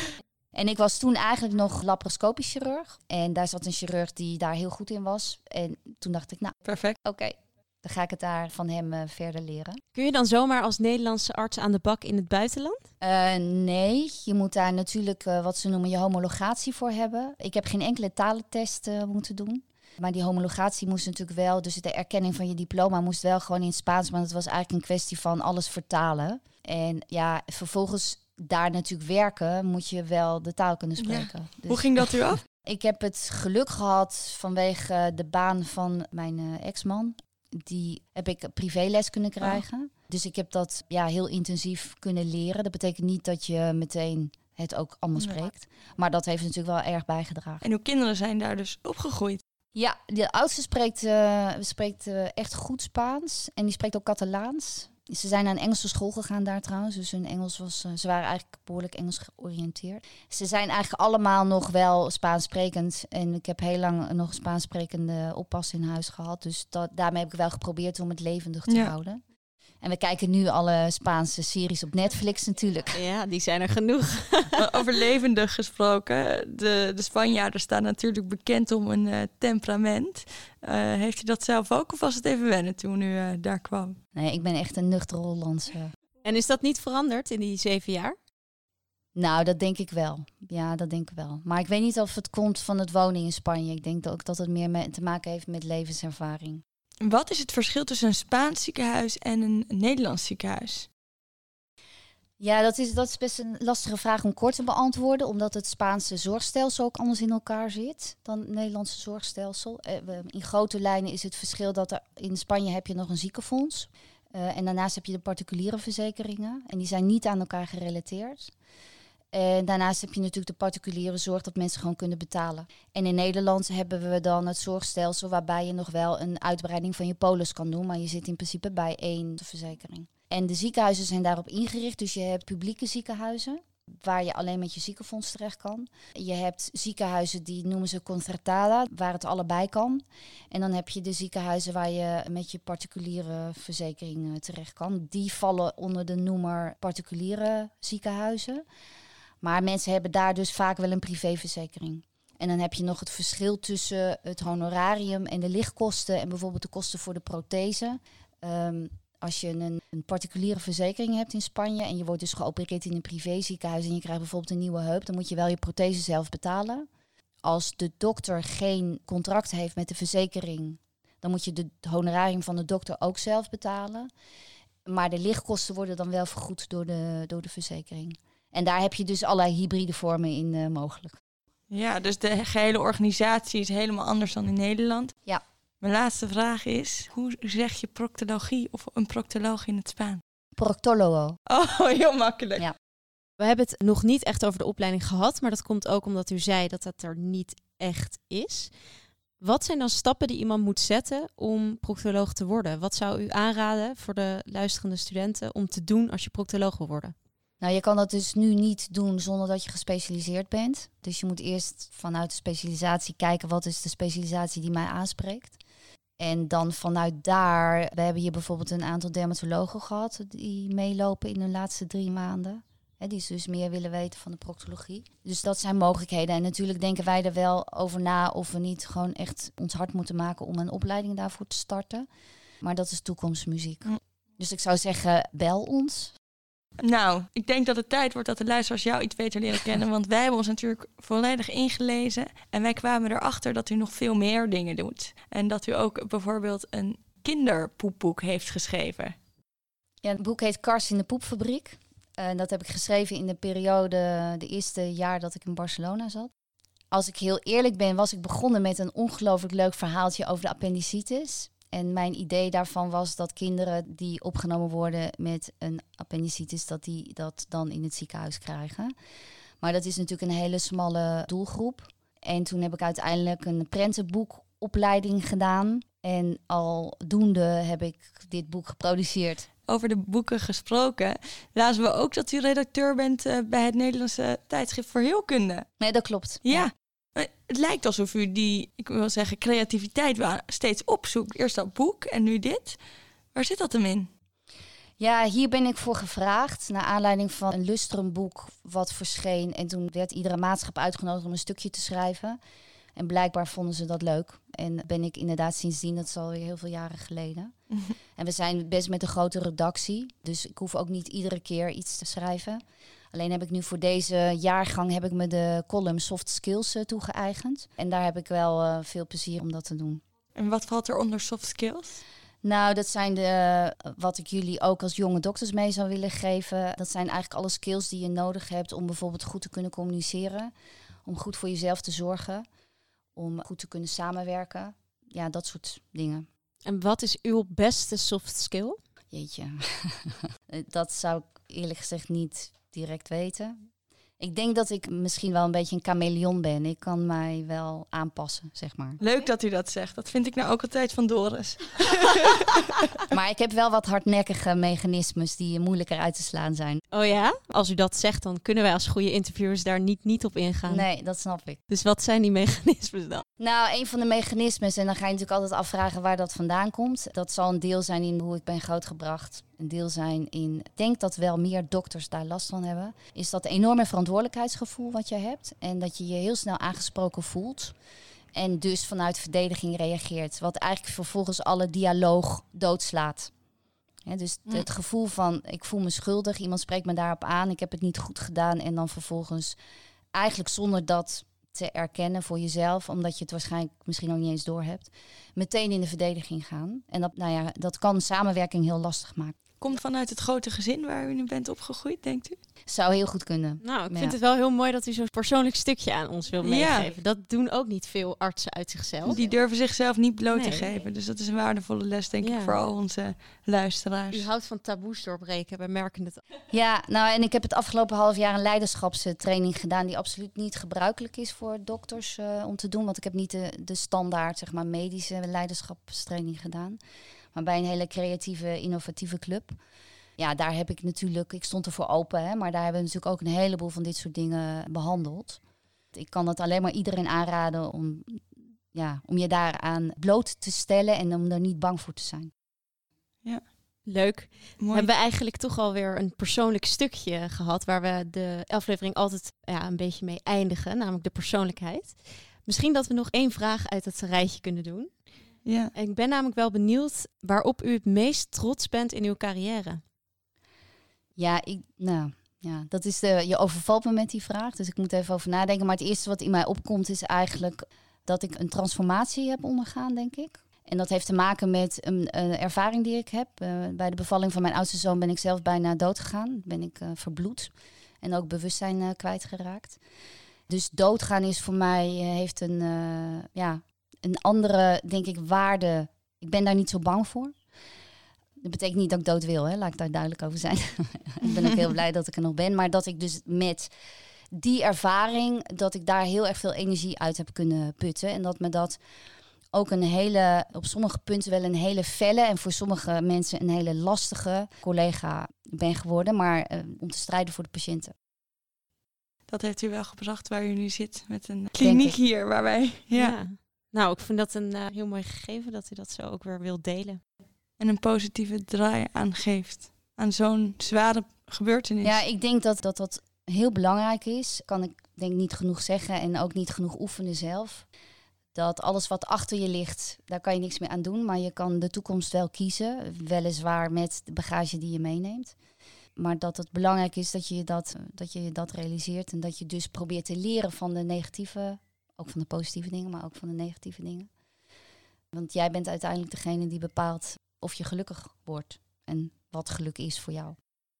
En ik was toen eigenlijk nog laparoscopisch chirurg. En daar zat een chirurg die daar heel goed in was. En toen dacht ik, nou, perfect. Oké, okay, dan ga ik het daar van hem uh, verder leren. Kun je dan zomaar als Nederlandse arts aan de bak in het buitenland? Uh, nee, je moet daar natuurlijk uh, wat ze noemen je homologatie voor hebben. Ik heb geen enkele talentest uh, moeten doen. Maar die homologatie moest natuurlijk wel, dus de erkenning van je diploma moest wel gewoon in het Spaans. Maar het was eigenlijk een kwestie van alles vertalen. En ja, vervolgens daar natuurlijk werken, moet je wel de taal kunnen spreken. Ja. Dus Hoe ging dat u af? ik heb het geluk gehad vanwege de baan van mijn uh, ex-man. Die heb ik privéles kunnen krijgen. Oh. Dus ik heb dat ja, heel intensief kunnen leren. Dat betekent niet dat je meteen het ook allemaal spreekt. Maar dat heeft natuurlijk wel erg bijgedragen. En uw kinderen zijn daar dus opgegroeid? Ja, de oudste spreekt, uh, spreekt uh, echt goed Spaans. En die spreekt ook Catalaans. Ze zijn naar een Engelse school gegaan daar trouwens. Dus hun Engels was, uh, ze waren eigenlijk behoorlijk Engels georiënteerd. Ze zijn eigenlijk allemaal nog wel Spaans sprekend. En ik heb heel lang nog Spaans sprekende oppas in huis gehad. Dus dat, daarmee heb ik wel geprobeerd om het levendig te ja. houden. En we kijken nu alle Spaanse series op Netflix natuurlijk. Ja, die zijn er genoeg. Over levendig gesproken. De, de Spanjaarden staan natuurlijk bekend om een uh, temperament. Uh, heeft u dat zelf ook of was het even wennen toen u uh, daar kwam? Nee, ik ben echt een nuchtere Hollandse. En is dat niet veranderd in die zeven jaar? Nou, dat denk ik wel. Ja, dat denk ik wel. Maar ik weet niet of het komt van het wonen in Spanje. Ik denk ook dat het meer me- te maken heeft met levenservaring. Wat is het verschil tussen een Spaans ziekenhuis en een Nederlands ziekenhuis? Ja, dat is, dat is best een lastige vraag om kort te beantwoorden. Omdat het Spaanse zorgstelsel ook anders in elkaar zit dan het Nederlandse zorgstelsel. In grote lijnen is het verschil dat er in Spanje heb je nog een ziekenfonds. Uh, en daarnaast heb je de particuliere verzekeringen. En die zijn niet aan elkaar gerelateerd. En daarnaast heb je natuurlijk de particuliere zorg dat mensen gewoon kunnen betalen. En in Nederland hebben we dan het zorgstelsel waarbij je nog wel een uitbreiding van je polis kan doen. Maar je zit in principe bij één verzekering. En de ziekenhuizen zijn daarop ingericht. Dus je hebt publieke ziekenhuizen waar je alleen met je ziekenfonds terecht kan. Je hebt ziekenhuizen die noemen ze concertada, waar het allebei kan. En dan heb je de ziekenhuizen waar je met je particuliere verzekering terecht kan. Die vallen onder de noemer particuliere ziekenhuizen. Maar mensen hebben daar dus vaak wel een privéverzekering. En dan heb je nog het verschil tussen het honorarium en de lichtkosten en bijvoorbeeld de kosten voor de prothese. Um, als je een, een particuliere verzekering hebt in Spanje en je wordt dus geopereerd in een privéziekenhuis en je krijgt bijvoorbeeld een nieuwe heup, dan moet je wel je prothese zelf betalen. Als de dokter geen contract heeft met de verzekering, dan moet je de honorarium van de dokter ook zelf betalen. Maar de lichtkosten worden dan wel vergoed door de, door de verzekering. En daar heb je dus allerlei hybride vormen in uh, mogelijk. Ja, dus de gehele organisatie is helemaal anders dan in Nederland. Ja. Mijn laatste vraag is, hoe zeg je proctologie of een proctoloog in het Spaans? Proctologo. Oh, heel makkelijk. Ja. We hebben het nog niet echt over de opleiding gehad, maar dat komt ook omdat u zei dat het er niet echt is. Wat zijn dan stappen die iemand moet zetten om proctoloog te worden? Wat zou u aanraden voor de luisterende studenten om te doen als je proctoloog wil worden? Nou, je kan dat dus nu niet doen zonder dat je gespecialiseerd bent. Dus je moet eerst vanuit de specialisatie kijken wat is de specialisatie die mij aanspreekt. En dan vanuit daar, we hebben hier bijvoorbeeld een aantal dermatologen gehad die meelopen in hun laatste drie maanden. He, die dus meer willen weten van de proctologie. Dus dat zijn mogelijkheden. En natuurlijk denken wij er wel over na of we niet gewoon echt ons hard moeten maken om een opleiding daarvoor te starten. Maar dat is toekomstmuziek. Hm. Dus ik zou zeggen, bel ons. Nou, ik denk dat het tijd wordt dat de luisteraars jou iets beter leren kennen. Want wij hebben ons natuurlijk volledig ingelezen. En wij kwamen erachter dat u nog veel meer dingen doet. En dat u ook bijvoorbeeld een kinderpoepboek heeft geschreven. Ja, het boek heet Kars in de Poepfabriek. Uh, dat heb ik geschreven in de periode, de eerste jaar dat ik in Barcelona zat. Als ik heel eerlijk ben, was ik begonnen met een ongelooflijk leuk verhaaltje over de appendicitis. En mijn idee daarvan was dat kinderen die opgenomen worden met een appendicitis, dat die dat dan in het ziekenhuis krijgen. Maar dat is natuurlijk een hele smalle doelgroep. En toen heb ik uiteindelijk een prentenboekopleiding gedaan. En aldoende heb ik dit boek geproduceerd. Over de boeken gesproken, lazen we ook dat u redacteur bent uh, bij het Nederlandse tijdschrift voor heelkunde. Nee, dat klopt. Ja. ja. Het lijkt alsof u die, ik wil zeggen, creativiteit steeds opzoekt. Eerst dat boek en nu dit. Waar zit dat hem in? Ja, hier ben ik voor gevraagd. Naar aanleiding van een lustrumboek wat verscheen. En toen werd iedere maatschap uitgenodigd om een stukje te schrijven. En blijkbaar vonden ze dat leuk. En ben ik inderdaad sindsdien, dat is alweer heel veel jaren geleden. Mm-hmm. En we zijn best met een grote redactie. Dus ik hoef ook niet iedere keer iets te schrijven. Alleen heb ik nu voor deze jaargang heb ik me de column Soft Skills uh, toegeëigend. En daar heb ik wel uh, veel plezier om dat te doen. En wat valt er onder soft skills? Nou, dat zijn de, wat ik jullie ook als jonge dokters mee zou willen geven. Dat zijn eigenlijk alle skills die je nodig hebt om bijvoorbeeld goed te kunnen communiceren. Om goed voor jezelf te zorgen. Om goed te kunnen samenwerken. Ja, dat soort dingen. En wat is uw beste soft skill? Jeetje, dat zou ik eerlijk gezegd niet direct weten. Ik denk dat ik misschien wel een beetje een chameleon ben. Ik kan mij wel aanpassen, zeg maar. Leuk dat u dat zegt. Dat vind ik nou ook altijd van Doris. Maar ik heb wel wat hardnekkige mechanismes die moeilijker uit te slaan zijn. Oh ja? Als u dat zegt, dan kunnen wij als goede interviewers daar niet, niet op ingaan. Nee, dat snap ik. Dus wat zijn die mechanismes dan? Nou, een van de mechanismes, en dan ga je natuurlijk altijd afvragen waar dat vandaan komt. Dat zal een deel zijn in hoe ik ben grootgebracht. Een deel zijn in, ik denk dat wel meer dokters daar last van hebben. Is dat enorme verantwoordelijkheidsgevoel wat je hebt. En dat je je heel snel aangesproken voelt. En dus vanuit verdediging reageert. Wat eigenlijk vervolgens alle dialoog doodslaat. He, dus Ja. het gevoel van, ik voel me schuldig. Iemand spreekt me daarop aan. Ik heb het niet goed gedaan. En dan vervolgens eigenlijk zonder dat te erkennen voor jezelf, omdat je het waarschijnlijk misschien ook niet eens doorhebt, meteen in de verdediging gaan. En dat, nou ja, dat kan samenwerking heel lastig maken. Komt vanuit het grote gezin waar u nu bent opgegroeid, denkt u? Zou heel goed kunnen. Nou, ik Ja. vind het wel heel mooi dat u zo'n persoonlijk stukje aan ons wil Ja. meegeven. Dat doen ook niet veel artsen uit zichzelf. Die durven zichzelf niet bloot te Nee. geven. Dus dat is een waardevolle les, denk Ja. ik, voor al onze luisteraars. U houdt van taboes doorbreken, we merken het. Ja, nou en ik heb het afgelopen half jaar een leiderschapstraining gedaan die absoluut niet gebruikelijk is voor dokters uh, om te doen. Want ik heb niet de, de standaard, zeg maar, medische leiderschapstraining gedaan. Maar bij een hele creatieve, innovatieve club. Ja, daar heb ik natuurlijk, ik stond ervoor open, hè, maar daar hebben we natuurlijk ook een heleboel van dit soort dingen behandeld. Ik kan het alleen maar iedereen aanraden om, ja, om je daaraan bloot te stellen en om er niet bang voor te zijn. Leuk. Mooi. Hebben we eigenlijk toch alweer een persoonlijk stukje gehad waar we de aflevering altijd ja, een beetje mee eindigen, namelijk de persoonlijkheid. Misschien dat we nog één vraag uit het rijtje kunnen doen. Ja. En ik ben namelijk wel benieuwd waarop u het meest trots bent in uw carrière. Ja, ik, nou, ja, dat is de, je overvalt me met die vraag, dus ik moet even over nadenken. Maar het eerste wat in mij opkomt is eigenlijk dat ik een transformatie heb ondergaan, denk ik. En dat heeft te maken met een, een ervaring die ik heb. Uh, bij de bevalling van mijn oudste zoon ben ik zelf bijna dood gegaan. Ben ik uh, verbloed en ook bewustzijn uh, kwijtgeraakt. Dus doodgaan is voor mij, uh, heeft een, uh, ja, een andere, denk ik, waarde. Ik ben daar niet zo bang voor. Dat betekent niet dat ik dood wil, hè? Laat ik daar duidelijk over zijn. Ik ben ook heel blij dat ik er nog ben. Maar dat ik dus met die ervaring, dat ik daar heel erg veel energie uit heb kunnen putten. En dat me dat ook een hele, op sommige punten wel een hele felle en voor sommige mensen een hele lastige collega ben geworden. Maar uh, om te strijden voor de patiënten. Dat heeft u wel gebracht waar u nu zit met een kliniek hier waar wij... Ja. Ja. Nou, ik vind dat een uh, heel mooi gegeven dat u dat zo ook weer wilt delen. En een positieve draai aangeeft aan zo'n zware gebeurtenis. Ja, ik denk dat, dat dat heel belangrijk is. Kan ik denk niet genoeg zeggen en ook niet genoeg oefenen zelf. Dat alles wat achter je ligt, daar kan je niks meer aan doen. Maar je kan de toekomst wel kiezen. Weliswaar met de bagage die je meeneemt. Maar dat het belangrijk is dat je dat, dat je dat realiseert. En dat je dus probeert te leren van de negatieve, ook van de positieve dingen, maar ook van de negatieve dingen. Want jij bent uiteindelijk degene die bepaalt of je gelukkig wordt. En wat geluk is voor jou.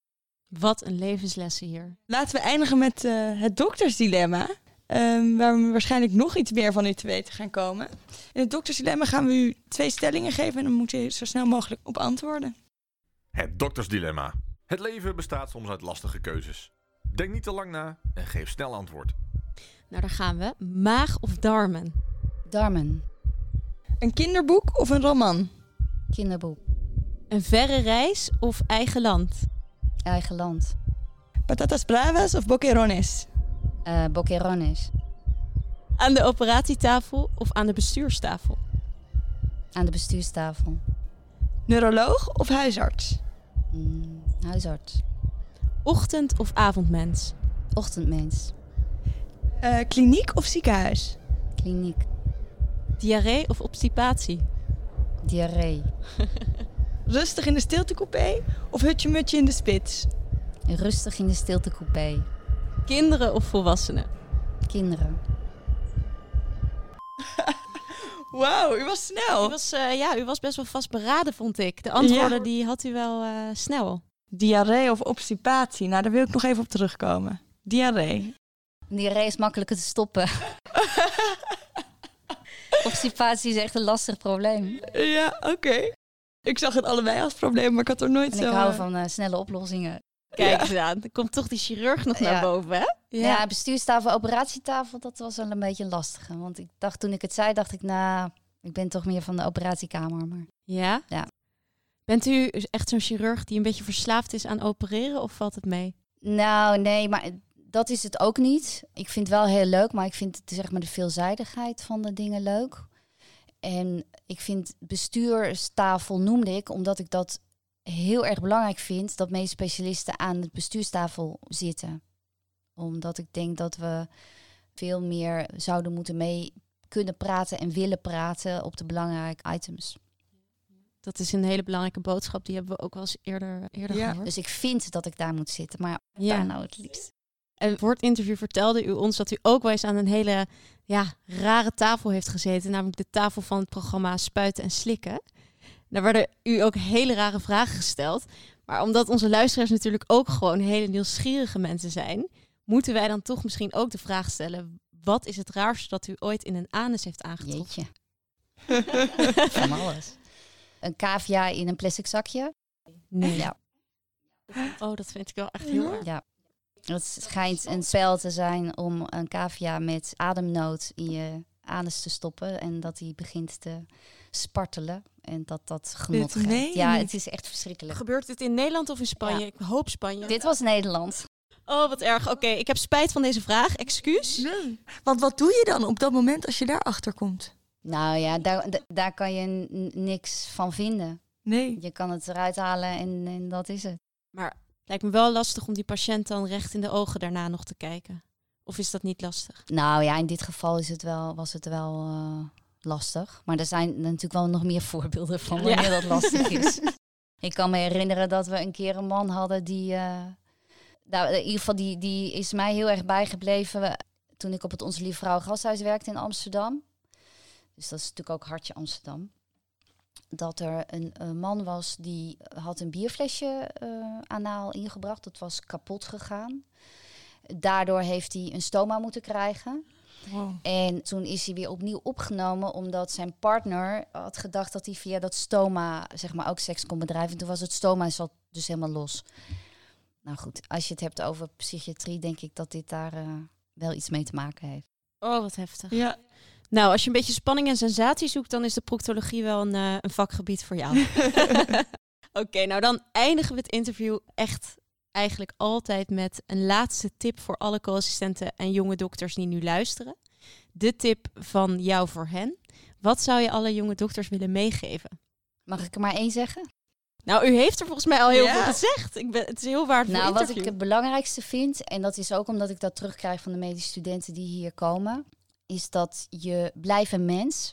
Wat een levenslessen hier. Laten we eindigen met uh, het doktersdilemma. Um, waar we waarschijnlijk nog iets meer van u te weten gaan komen. In het doktersdilemma gaan we u twee stellingen geven en dan moet u zo snel mogelijk op antwoorden. Het doktersdilemma. Het leven bestaat soms uit lastige keuzes. Denk niet te lang na en geef snel antwoord. Nou, daar gaan we. Maag of darmen? Darmen, Een kinderboek of een roman? kinderboek, Een verre reis of eigen land? eigen land, Patatas bravas of boquerones? uh, boquerones, Aan de operatietafel of aan de bestuurstafel? aan de bestuurstafel, Neuroloog of huisarts? mm, huisarts, Ochtend- of avondmens? ochtendmens, Uh, kliniek of ziekenhuis? kliniek, Diarree of obstipatie? diarree, Rustig in de stiltecoupé of hutje-mutje in de spits? rustig in de stiltecoupé, Kinderen of volwassenen? kinderen. Wauw, u was snel. U was, uh, ja, u was best wel vastberaden, vond ik. De antwoorden ja. die had u wel uh, snel. Diarree of obstipatie? Nou, daar wil ik nog even op terugkomen. Diarree. Diarree is makkelijker te stoppen. Obstipatie is echt een lastig probleem. Ja, oké. Okay. Ik zag het allebei als probleem, maar ik had er nooit en zo... ik hou van uh, snelle oplossingen. Kijk eens ja. aan. Dan komt toch die chirurg nog ja. naar boven, hè? Ja, ja bestuurstafel, operatietafel, dat was wel een beetje een lastige. Want ik dacht, toen ik het zei, dacht ik, nou, ik ben toch meer van de operatiekamer. Maar... Ja? Ja. Bent u echt zo'n chirurg die een beetje verslaafd is aan opereren of valt het mee? Nou, nee, maar dat is het ook niet. Ik vind het wel heel leuk, maar ik vind het, zeg maar, de veelzijdigheid van de dingen leuk. En ik vind bestuurstafel noemde ik, omdat ik dat heel erg belangrijk vind, dat meeste specialisten aan het bestuurstafel zitten. Omdat ik denk dat we veel meer zouden moeten mee kunnen praten en willen praten op de belangrijke items. Dat is een hele belangrijke boodschap, die hebben we ook wel eens eerder, eerder ja. gehoord. Dus ik vind dat ik daar moet zitten, maar ja. daar nou het liefst. En voor het interview vertelde u ons dat u ook wel eens aan een hele ja, rare tafel heeft gezeten. Namelijk de tafel van het programma Spuiten en Slikken. Daar werden u ook hele rare vragen gesteld. Maar omdat onze luisteraars natuurlijk ook gewoon hele nieuwsgierige mensen zijn, moeten wij dan toch misschien ook de vraag stellen: wat is het raarste dat u ooit in een anus heeft aangetroffen? Jeetje. Van alles. Een cavia in een plastic zakje? Nee. Ja. Oh, dat vind ik wel echt heel erg. Ja. Het schijnt een spel te zijn om een cavia met ademnood in je anus te stoppen. En dat die begint te spartelen. En dat dat genot geeft. Nee, ja, het is echt verschrikkelijk. Gebeurt dit in Nederland of in Spanje? Ja. Ik hoop Spanje. Dit was Nederland. Oh, wat erg. Oké, okay, ik heb spijt van deze vraag. Excuus. Nee. Want wat doe je dan op dat moment als je daarachter komt? Nou ja, daar, d- daar kan je n- niks van vinden. Nee. Je kan het eruit halen en, en dat is het. Maar het lijkt me wel lastig om die patiënt dan recht in de ogen daarna nog te kijken. Of is dat niet lastig? Nou ja, in dit geval is het wel, was het wel uh, lastig. Maar er zijn natuurlijk wel nog meer voorbeelden van wanneer ja. dat lastig is. Ik kan me herinneren dat we een keer een man hadden die... Uh, nou, in ieder geval, die, die is mij heel erg bijgebleven toen ik op het Onze Lieve Vrouw Gasthuis werkte in Amsterdam. Dus dat is natuurlijk ook hartje Amsterdam. Dat er een, een man was die had een bierflesje uh, anaal ingebracht. Dat was kapot gegaan. Daardoor heeft hij een stoma moeten krijgen. Wow. En toen is hij weer opnieuw opgenomen omdat zijn partner had gedacht dat hij via dat stoma zeg maar ook seks kon bedrijven. En toen was het stoma zat dus helemaal los. Nou goed, als je het hebt over psychiatrie, denk ik dat dit daar uh, wel iets mee te maken heeft. Oh, wat heftig. Ja. Nou, als je een beetje spanning en sensatie zoekt, dan is de proctologie wel een, uh, een vakgebied voor jou. Oké, okay, nou dan eindigen we het interview echt eigenlijk altijd met een laatste tip voor alle co-assistenten en jonge dokters die nu luisteren. De tip van jou voor hen. Wat zou je alle jonge dokters willen meegeven? Mag ik er maar één zeggen? Nou, u heeft er volgens mij al heel ja. veel gezegd. Ik ben, het is heel waardevol Nou, interview. wat ik het belangrijkste vind, en dat is ook omdat ik dat terugkrijg van de medische studenten die hier komen, is dat je blijf een mens.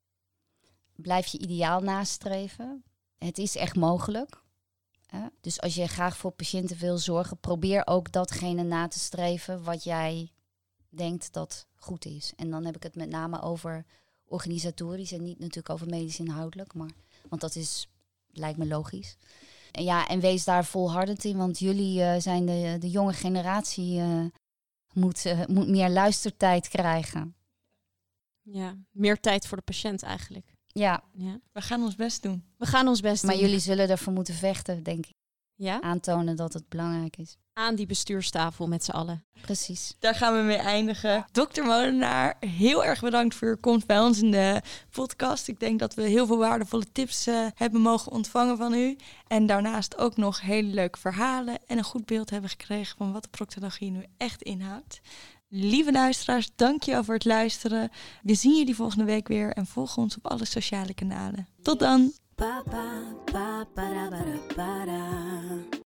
Blijf je ideaal nastreven. Het is echt mogelijk. Hè? Dus als je graag voor patiënten wil zorgen, probeer ook datgene na te streven wat jij denkt dat goed is. En dan heb ik het met name over organisatorisch en niet natuurlijk over medisch inhoudelijk. Maar, want dat is, lijkt me logisch. En ja, en wees daar volhardend in, want jullie uh, zijn de, de jonge generatie uh, moet, uh, moet meer luistertijd krijgen. Ja, meer tijd voor de patiënt eigenlijk. Ja. ja. We gaan ons best doen. We gaan ons best maar doen. Maar jullie zullen ervoor moeten vechten, denk ik. Ja? Aantonen dat het belangrijk is. Aan die bestuurstafel met z'n allen. Precies. Daar gaan we mee eindigen. dokter Molenaar, heel erg bedankt voor uw komst bij ons in de podcast. Ik denk dat we heel veel waardevolle tips uh, hebben mogen ontvangen van u. En daarnaast ook nog hele leuke verhalen en een goed beeld hebben gekregen van wat de proctologie nu echt inhoudt. Lieve luisteraars, dank je wel voor het luisteren. We zien jullie volgende week weer en volg ons op alle sociale kanalen. Tot dan!